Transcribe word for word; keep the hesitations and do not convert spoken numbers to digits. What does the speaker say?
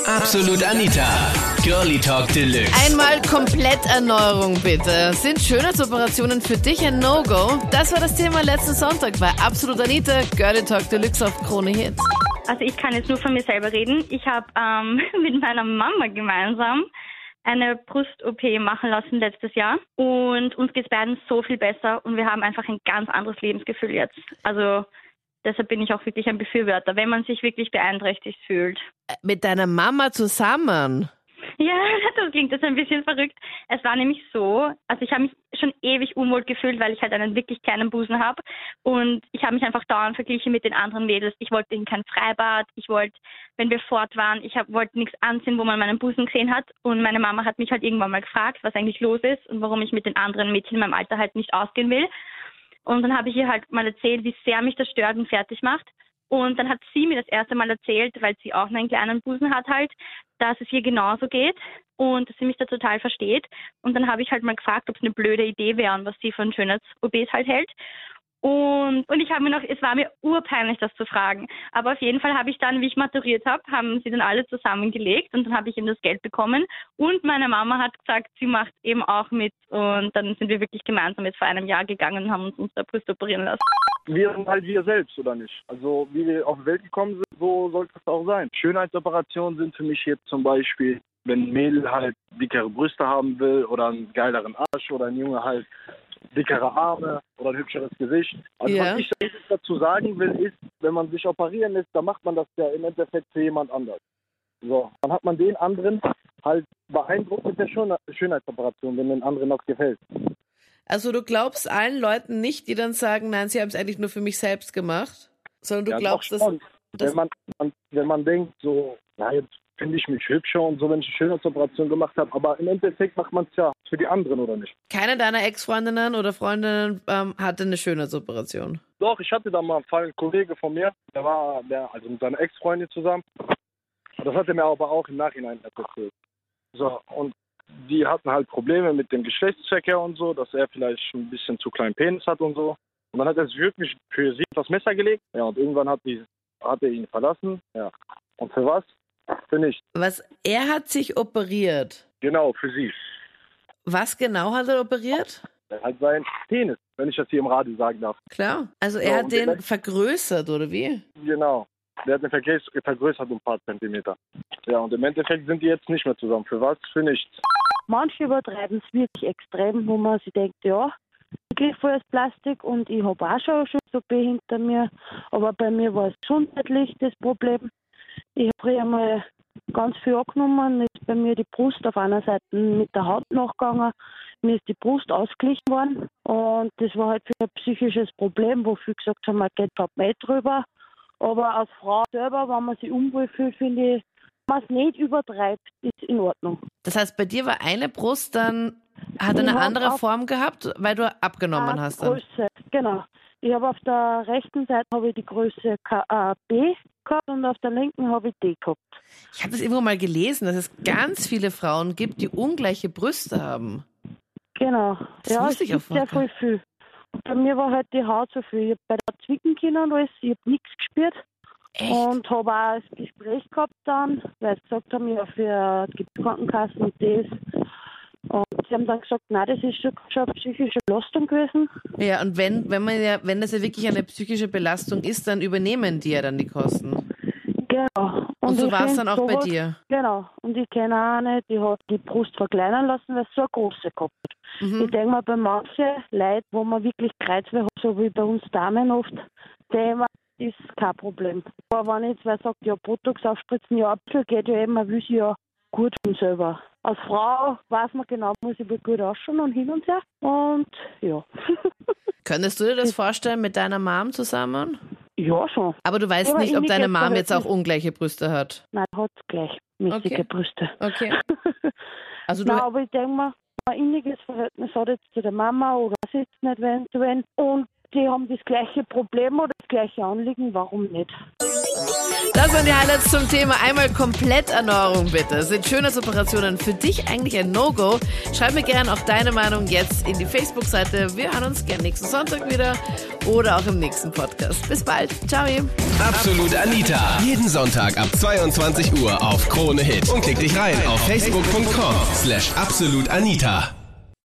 Absolut Anita. Girlie Talk Deluxe. Einmal Kompletterneuerung bitte. Sind Schönheitsoperationen für dich ein No-Go? Das war das Thema letzten Sonntag bei Absolut Anita. Girlie Talk Deluxe auf Krone Hit. Also ich kann jetzt nur von mir selber reden. Ich habe ähm, mit meiner Mama gemeinsam eine Brust-O P machen lassen letztes Jahr und uns geht es beiden so viel besser und wir haben einfach ein ganz anderes Lebensgefühl jetzt. Also deshalb bin ich auch wirklich ein Befürworter, wenn man sich wirklich beeinträchtigt fühlt. Mit deiner Mama zusammen? Ja, das klingt jetzt ein bisschen verrückt. Es war nämlich so, also ich habe mich schon ewig unwohl gefühlt, weil ich halt einen wirklich kleinen Busen habe und ich habe mich einfach dauernd verglichen mit den anderen Mädels. Ich wollte in kein Freibad, ich wollte, wenn wir fort waren, ich hab, wollte nichts anziehen, wo man meinen Busen gesehen hat und meine Mama hat mich halt irgendwann mal gefragt, was eigentlich los ist und warum ich mit den anderen Mädchen in meinem Alter halt nicht ausgehen will. Und dann habe ich ihr halt mal erzählt, wie sehr mich das stört und fertig macht. Und dann hat sie mir das erste Mal erzählt, weil sie auch einen kleinen Busen hat halt, dass es ihr genauso geht und dass sie mich da total versteht. Und dann habe ich halt mal gefragt, ob es eine blöde Idee wäre und was sie von Schönheits-O Bs halt hält. Und, und ich habe mir noch, es war mir urpeinlich, das zu fragen. Aber auf jeden Fall habe ich dann, wie ich maturiert habe, haben sie dann alle zusammengelegt und dann habe ich eben das Geld bekommen. Und meine Mama hat gesagt, sie macht eben auch mit. Und dann sind wir wirklich gemeinsam jetzt vor einem Jahr gegangen und haben uns unsere Brust operieren lassen. Wir sind halt wir selbst, oder nicht? Also wie wir auf die Welt gekommen sind, so sollte es auch sein. Schönheitsoperationen sind für mich jetzt zum Beispiel, wenn ein Mädel halt dickere Brüste haben will oder einen geileren Arsch oder ein Junge halt dickere Arme oder ein hübscheres Gesicht. Also Ja. was ich dazu sagen will, ist, wenn man sich operieren lässt, dann macht man das ja im Endeffekt für jemand anders. So, dann hat man den anderen halt beeindruckt mit der Schön- Schönheitsoperation, wenn den anderen das gefällt. Also du glaubst allen Leuten nicht, die dann sagen, nein, sie haben es eigentlich nur für mich selbst gemacht, sondern du Ja, glaubst, doch dass... schon. dass Wenn man, man, wenn man denkt, so, na, jetzt finde ich mich hübscher und so, wenn ich eine Schönheitsoperation gemacht habe, aber im Endeffekt macht man es ja für die anderen, oder nicht? keine deiner Ex-Freundinnen oder Freundinnen ähm, hatte eine Schönheitsoperation. Doch, ich hatte da mal einen Fall, ein Kollege von mir, der war der, also mit seiner Ex-Freundin zusammen. Das hat er mir aber auch im Nachhinein erzählt. So, und die hatten halt Probleme mit dem Geschlechtsverkehr und so, dass er vielleicht schon ein bisschen zu kleinen Penis hat und so. Und dann hat er sich wirklich für sie das Messer gelegt. Ja, und irgendwann hat, die, hat er ihn verlassen. Ja. Und für was? Für nichts. Was, er hat sich operiert. Genau, für sie. Was genau hat er operiert? Er hat seinen Penis, wenn ich das hier im Radio sagen darf. Klar. Also er So, hat und den der- vergrößert, oder wie? Genau. Der hat den vergröß- vergrößert um ein paar Zentimeter. Ja, und im Endeffekt sind die jetzt nicht mehr zusammen. Für was? Für nichts. Manche übertreiben es wirklich extrem, wo man sich denkt, ja, ich gehe voll als Plastik und ich habe auch schon schon so B hinter mir. Aber bei mir war es gesundheitlich das Problem. Ich habe früher mal ganz viel angenommen, ist bei mir die Brust auf einer Seite mit der Haut nachgegangen. Mir ist die Brust ausgeglichen worden und das war halt für ein psychisches Problem, wo viele gesagt haben, man geht halt nicht drüber. Aber als Frau selber, wenn man sich unwohl fühlt, finde ich, wenn man es nicht übertreibt, ist in Ordnung. Das heißt, bei dir war eine Brust dann, hat eine Ich hab andere auf- Form gehabt, weil du abgenommen Ah, hast dann. Größe, genau. Ich habe auf der rechten Seite habe ich die Größe K, äh, B gehabt und auf der linken habe ich D gehabt. Ich habe das irgendwo mal gelesen, dass es ganz viele Frauen gibt, die ungleiche Brüste haben. Genau. Das ja, wusste es ich auch gibt sehr vorher. voll viel. Und bei mir war halt die Haut so viel. Ich habe bei der zwicken können und alles, ich habe nichts gespürt. Echt? Und habe auch ein Gespräch gehabt dann, weil sie gesagt haben, ja, für die Krankenkassen und das. Und sie haben dann gesagt, nein, das ist schon, schon eine psychische Belastung gewesen. Ja, und wenn, wenn man ja, wenn das ja wirklich eine psychische Belastung ist, dann übernehmen die ja dann die Kosten. Genau. Und so ich war es find dann auch bei sowas- dir. Genau. Und ich kenne auch eine, die hat die Brust verkleinern lassen, weil sie so eine große gehabt hat. Ich Mhm. denke mal, bei manchen Leuten, wo man wirklich Kreuzweh hat, so wie bei uns Damen oft, dem ist kein Problem. Aber wenn ich jetzt wer sagt, ja, Botox aufspritzen, ja, ein bisschen geht ja eben, man will sich ja gut fühlen selber. Als Frau weiß man genau, muss ich gut ausschauen und hin und her. Und ja. Könntest du dir das vorstellen mit deiner Mom zusammen? ja, schon. Aber du weißt Aber nicht, ob innig deine jetzt Mom jetzt auch Verhältnis- ungleiche Brüste hat. Nein, hat gleichmäßige Okay. Brüste. Okay. Also du, Nein, aber ich denke mal, ein inniges Verhältnis hat jetzt zu der Mama oder was jetzt nicht, wenn, wenn. Und die haben das gleiche Problem oder das gleiche Anliegen, warum nicht? Das waren die Highlights zum Thema einmal Kompletterneuerung bitte. Sind Schönheitsoperationen für dich eigentlich ein No-Go? Schreib mir gerne auch deine Meinung jetzt in die Facebook-Seite. Wir hören uns gerne nächsten Sonntag wieder oder auch im nächsten Podcast. Bis bald. Ciao. Absolut Anita. Jeden Sonntag ab zweiundzwanzig Uhr auf Krone Hit. Und klick dich rein auf facebook punkt com slash absolutanita.